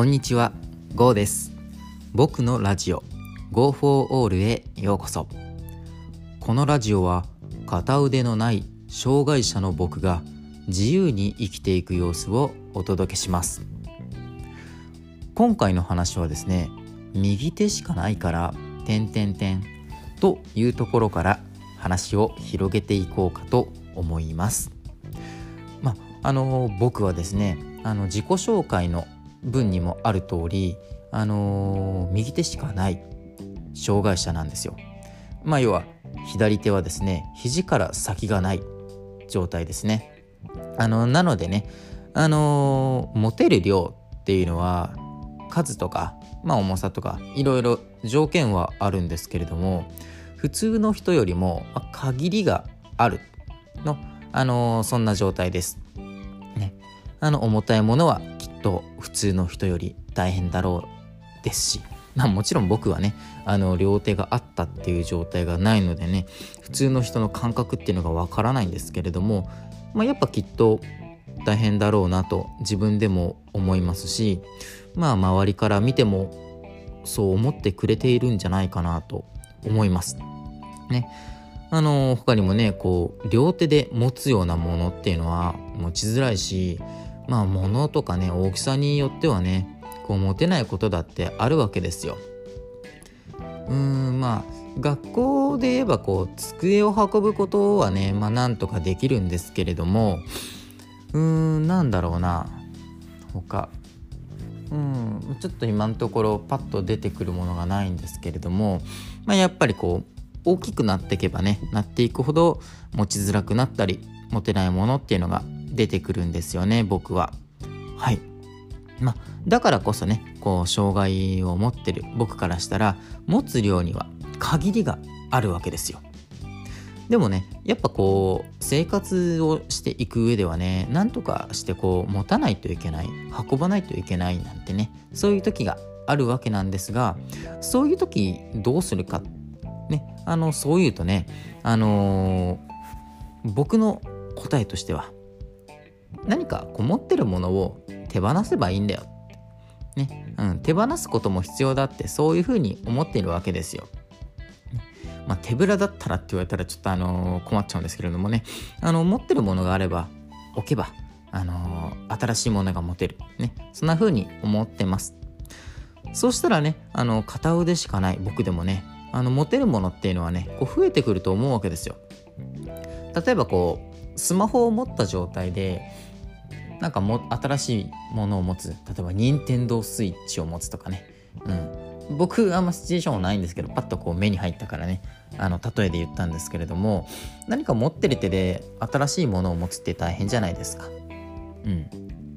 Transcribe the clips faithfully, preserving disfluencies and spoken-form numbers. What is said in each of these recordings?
こんにちは、ゴーです。僕のラジオ Go for All へようこそ。このラジオは片腕のない障害者の僕が自由に生きていく様子をお届けします。今回の話はですね、右手しかないから点点点というところから話を広げていこうかと思います。まあ、あの僕はですね、あの自己紹介の文にもある通り、あのー、右手しかない障害者なんですよ。まあ要は左手はですね、肘から先がない状態ですね。あのなのでね、あのー、持てる量っていうのは数とか、まあ、重さとかいろいろ条件はあるんですけれども、普通の人よりも限りがあるの、あのー、そんな状態です、ね。あの重たいものはきっと普通の人より大変だろうですし、まあもちろん僕はね、あの両手があったっていう状態がないのでね、普通の人の感覚っていうのがわからないんですけれども、まあ、やっぱきっと大変だろうなと自分でも思いますし、まあ周りから見てもそう思ってくれているんじゃないかなと思いますね。あの他にもね、こう両手で持つようなものっていうのは持ちづらいし、まあ物とかね、大きさによってはね、こう持てないことだってあるわけですよ。うーんまあ学校で言えばこう机を運ぶことはね、まあなんとかできるんですけれども、うーんなんだろうな、他うんちょっと今のところパッと出てくるものがないんですけれども、まあやっぱりこう大きくなっていけばね、なっていくほど持ちづらくなったり持てないものっていうのが出てくるんですよね、僕は。はい。まあだからこそね、こう障害を持ってる僕からしたら持つ量には限りがあるわけですよ。でもね、やっぱこう生活をしていく上ではね、なんとかしてこう持たないといけない、運ばないといけないなんてね、そういう時があるわけなんですが、そういう時どうするかね、あのそういうとね、あのー、僕の答えとしては、何かこう持ってるものを手放せばいいんだよ、ねうん、手放すことも必要だって、そういうふうに思っているわけですよ。まあ、手ぶらだったらって言われたらちょっとあのー、困っちゃうんですけれどもね、あの持ってるものがあれば置けば、あのー、新しいものが持てる、ね、そんな風に思ってます。そうしたらね、あの片腕しかない僕でもね、あの持てるものっていうのはね、こう増えてくると思うわけですよ。例えばこうスマホを持った状態でなんかも新しいものを持つ、例えば任天堂スイッチを持つとかね、うん、僕あんまシチュエーションもないんですけど、パッとこう目に入ったからね、あの例えで言ったんですけれども、何か持ってる手で新しいものを持つって大変じゃないですか。うん、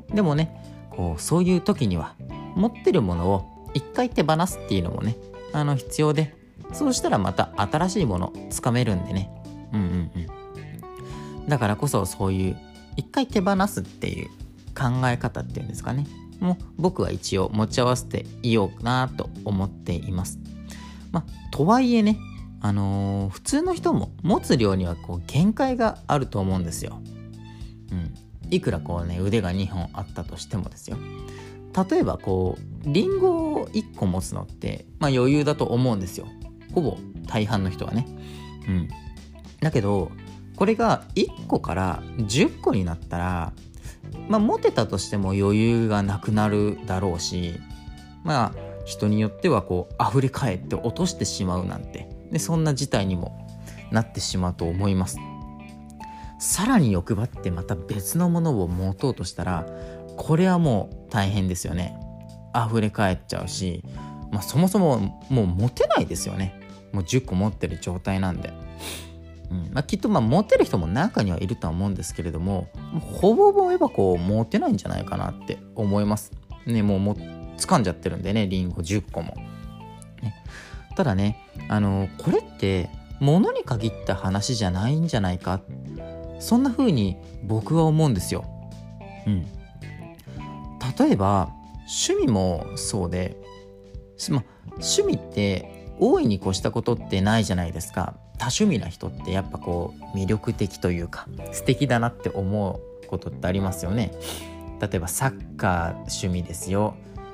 でもね、こうそういう時には持ってるものを一回手放すっていうのもね、あの必要で、そうしたらまた新しいものつかめるんでね、うんうんうん、だからこそそういう一回手放すっていう考え方っていうんですかね、もう僕は一応持ち合わせていようかなと思っています。まあとはいえね、あのー、普通の人も持つ量にはこう限界があると思うんですよ。うん、いくらこうね腕がにほんあったとしてもですよ。例えばこうリンゴをいっこ持つのってまあ余裕だと思うんですよ。ほぼ大半の人はね。うん。だけどこれがいっこからじゅっこになったら、まあ持てたとしても余裕がなくなるだろうし、まあ人によってはこう溢れ返って落としてしまうなんて、でそんな事態にもなってしまうと思います。さらに欲張ってまた別のものを持とうとしたら、これはもう大変ですよね。溢れ返っちゃうし、まあそもそももう持てないですよね。もうじゅっこ持ってる状態なんで。うんまあ、きっとまあ持てる人も中にはいるとは思うんですけれども、ほぼほぼ言えばこう持てないんじゃないかなって思いますね。もうもう掴んじゃってるんでね、リンゴじゅっこも、ね、ただね、あのこれって物に限った話じゃないんじゃないか、そんな風に僕は思うんですよ。うん、例えば趣味もそうで、まあ、趣味って大いに越したことってないじゃないですか。多趣味な人ってやっぱこう魅力的というか素敵だなって思うことってありますよね。例えばサッカー趣味ですよ、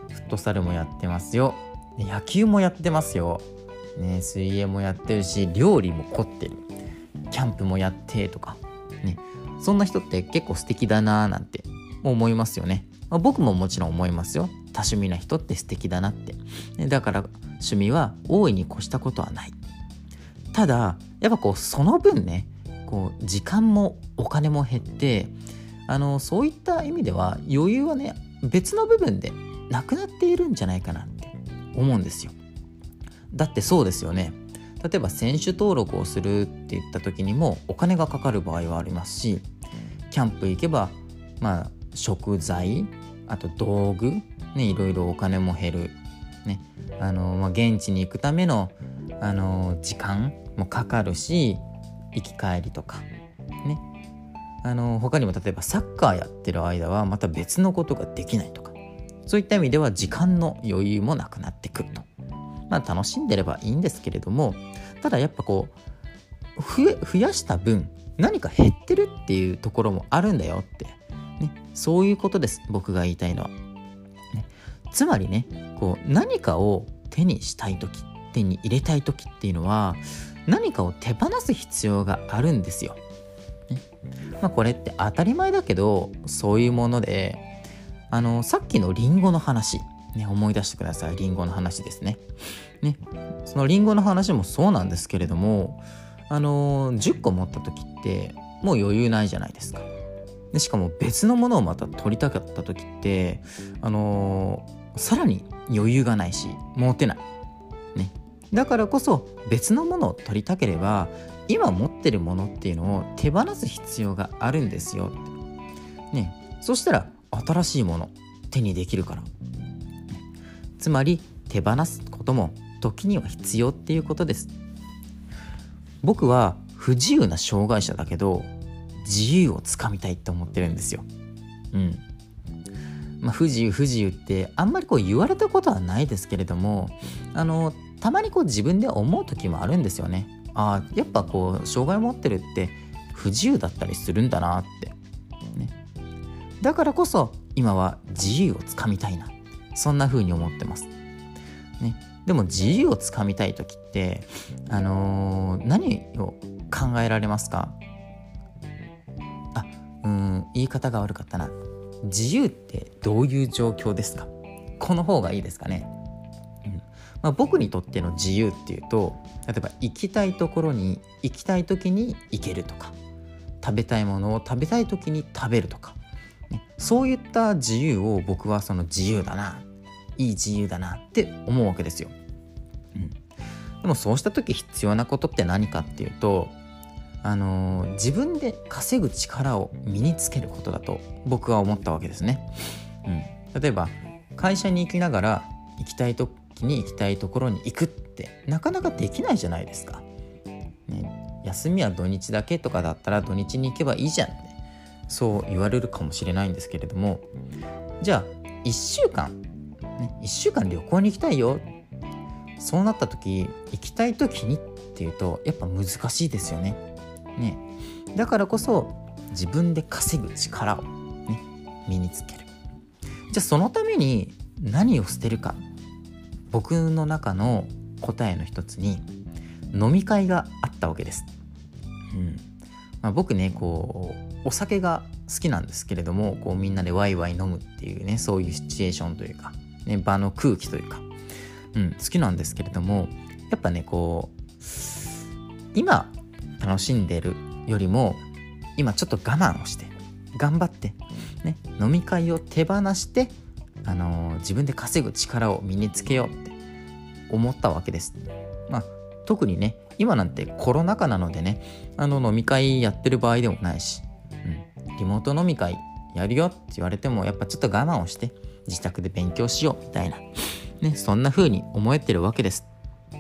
フットサルもやってますよ、野球もやってますよ、ね、水泳もやってるし、料理も凝ってる、キャンプもやってとか、ね、そんな人って結構素敵だななんて思いますよね。まあ、僕ももちろん思いますよ。多趣味な人って素敵だなって、ね、だから趣味は大いに越したことはない。ただやっぱこうその分ね、こう時間もお金も減って、あのそういった意味では余裕はね、別の部分でなくなっているんじゃないかなって思うんですよ。だってそうですよね。例えば選手登録をするって言った時にもお金がかかる場合はありますし、キャンプ行けばまあ食材、あと道具ね、いろいろお金も減る、ね、あの、まあ、現地に行くための、あの時間もかかるし、行き帰りとかね、あの他にも例えばサッカーやってる間はまた別のことができないとか、そういった意味では時間の余裕もなくなってくると。まあ楽しんでればいいんですけれども、ただやっぱこう増え増やした分何か減ってるっていうところもあるんだよって、ね、そういうことです。僕が言いたいのは、ね、つまりね、こう何かを手にしたいとき、手に入れたいときっていうのは何かを手放す必要があるんですよ、ね。まあこれって当たり前だけどそういうもので、あのさっきのリンゴの話、ね、思い出してください。リンゴの話ですね。ね、そのリンゴの話もそうなんですけれども、あのじゅっこ持った時ってもう余裕ないじゃないですか。でしかも別のものをまた取りたかった時って、あのー、さらに余裕がないし持てない、ね、だからこそ別のものを取りたければ今持ってるものっていうのを手放す必要があるんですよって、ね、そしたら新しいもの手にできるから、つまり手放すことも時には必要っていうことです。僕は不自由な障害者だけど自由をつかみたいって思ってるんですよ。うん。まあ不自由不自由ってあんまりこう言われたことはないですけれども、あのたまにこう自分で思う時もあるんですよね。ああ、やっぱこう障害を持ってるって不自由だったりするんだなって、ね。だからこそ今は自由をつかみたいな、そんな風に思ってます。ね。でも自由をつかみたい時ってあのー、何を考えられますか？あ、うーん、言い方が悪かったな。自由ってどういう状況ですか？この方がいいですかね。うん。まあ、僕にとっての自由っていうと、例えば行きたいところに行きたい時に行けるとか、食べたいものを食べたい時に食べるとか、ね、そういった自由を僕はその自由だな、いい自由だなって思うわけですよ。うん。でもそうした時必要なことって何かっていうと、あのー、自分で稼ぐ力を身につけることだと僕は思ったわけですね。うん。例えば会社に行きながら行きたい時に行きたいところに行くってなかなかできないじゃないですか。ね、休みは土日だけとかだったら土日に行けばいいじゃんってそう言われるかもしれないんですけれども、じゃあいっしゅうかん、ね、いっしゅうかん旅行に行きたいよ、そうなった時行きたい時にっていうとやっぱ難しいですよね。ね、だからこそ自分で稼ぐ力を、ね、身につける。じゃあそのために何を捨てるか、僕の中の答えの一つに飲み会があったわけです。うんまあ、僕ねこうお酒が好きなんですけれども、こうみんなでワイワイ飲むっていうね、そういうシチュエーションというか、ね、場の空気というか、うん、好きなんですけれども、やっぱねこう今楽しんでるよりも今ちょっと我慢をして頑張って、ね、飲み会を手放して、あのー、自分で稼ぐ力を身につけようって思ったわけです。まあ特にね今なんてコロナ禍なのでね、あの飲み会やってる場合でもないし、うん、リモート飲み会やるよって言われてもやっぱちょっと我慢をして自宅で勉強しようみたいな、ね、そんな風に思えてるわけです。うん、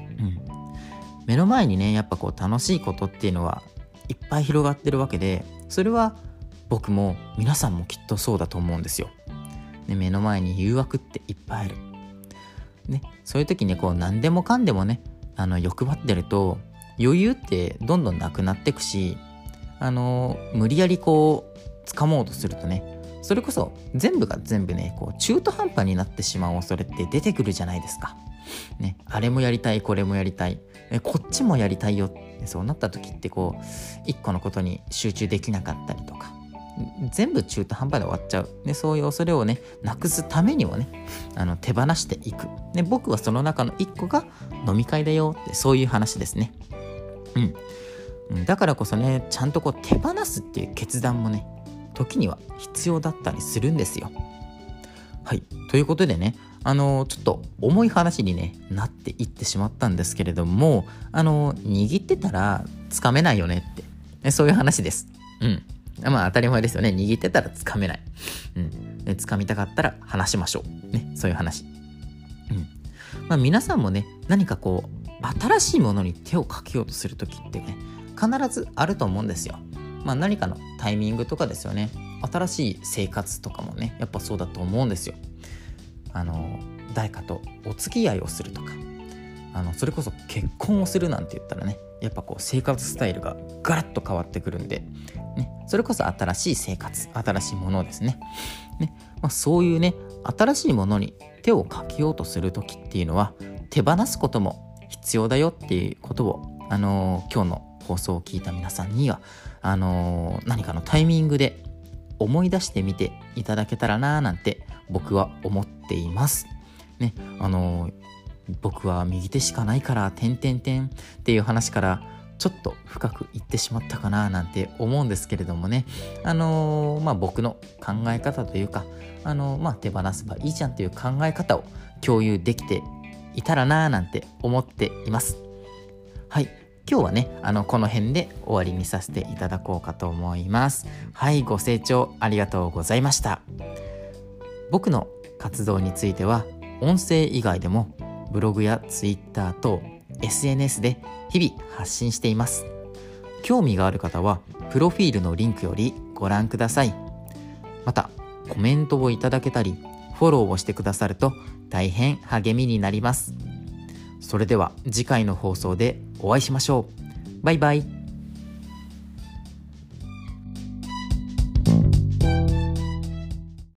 目の前にねやっぱこう楽しいことっていうのはいっぱい広がってるわけで、それは僕も皆さんもきっとそうだと思うんですよ。ね、目の前に誘惑っていっぱいある。ね、そういう時にこう何でもかんでもねあの欲張ってると余裕ってどんどんなくなっていくし、あの無理やりこう掴もうとするとねそれこそ全部が全部ねこう中途半端になってしまう恐れって出てくるじゃないですか、ね、あれもやりたいこれもやりたいえこっちもやりたいよ。そうなった時ってこう一個のことに集中できなかったりとか全部中途半端で終わっちゃう。でそういう恐れをねなくすためにもねあの手放していく。で僕はその中の一個が飲み会だよってそういう話ですね。うんだからこそねちゃんとこう手放すっていう決断もね時には必要だったりするんですよ。はいということでねあのちょっと重い話に、ね、なっていってしまったんですけれどもあの握ってたらつかめないよねって、ね、そういう話です。うんまあ当たり前ですよね。握ってたらつかめない。うん。で、つかみたかったら話しましょう。ね。そういう話。うん。まあ皆さんもね、何かこう、新しいものに手をかけようとするときってね、必ずあると思うんですよ。まあ何かのタイミングとかですよね。新しい生活とかもね、やっぱそうだと思うんですよ。あの、誰かとお付き合いをするとか、あの、それこそ結婚をするなんて言ったらね、やっぱこう生活スタイルがガラッと変わってくるんで、ね、それこそ新しい生活、新しいものですね。ね、まあ、そういうね、新しいものに手をかけようとするときっていうのは、手放すことも必要だよっていうことを、あのー、今日の放送を聞いた皆さんには、あのー、何かのタイミングで思い出してみていただけたらなーなんて僕は思っています。ね、あのー、僕は右手しかないから、てんてんてんっていう話から、ちょっと深く言ってしまったかななんて思うんですけれどもね。あのー、まあ僕の考え方というか、あのー、まあ手放せばいいじゃんという考え方を共有できていたらななんて思っています。はい。今日はね、あの、この辺で終わりにさせていただこうかと思います。はい、ご清聴ありがとうございました。僕の活動については、音声以外でもブログやツイッター等 エスエヌエス で日々発信しています。興味がある方はプロフィールのリンクよりご覧ください。またコメントをいただけたりフォローをしてくださると大変励みになります。それでは次回の放送でお会いしましょう。バイバイ。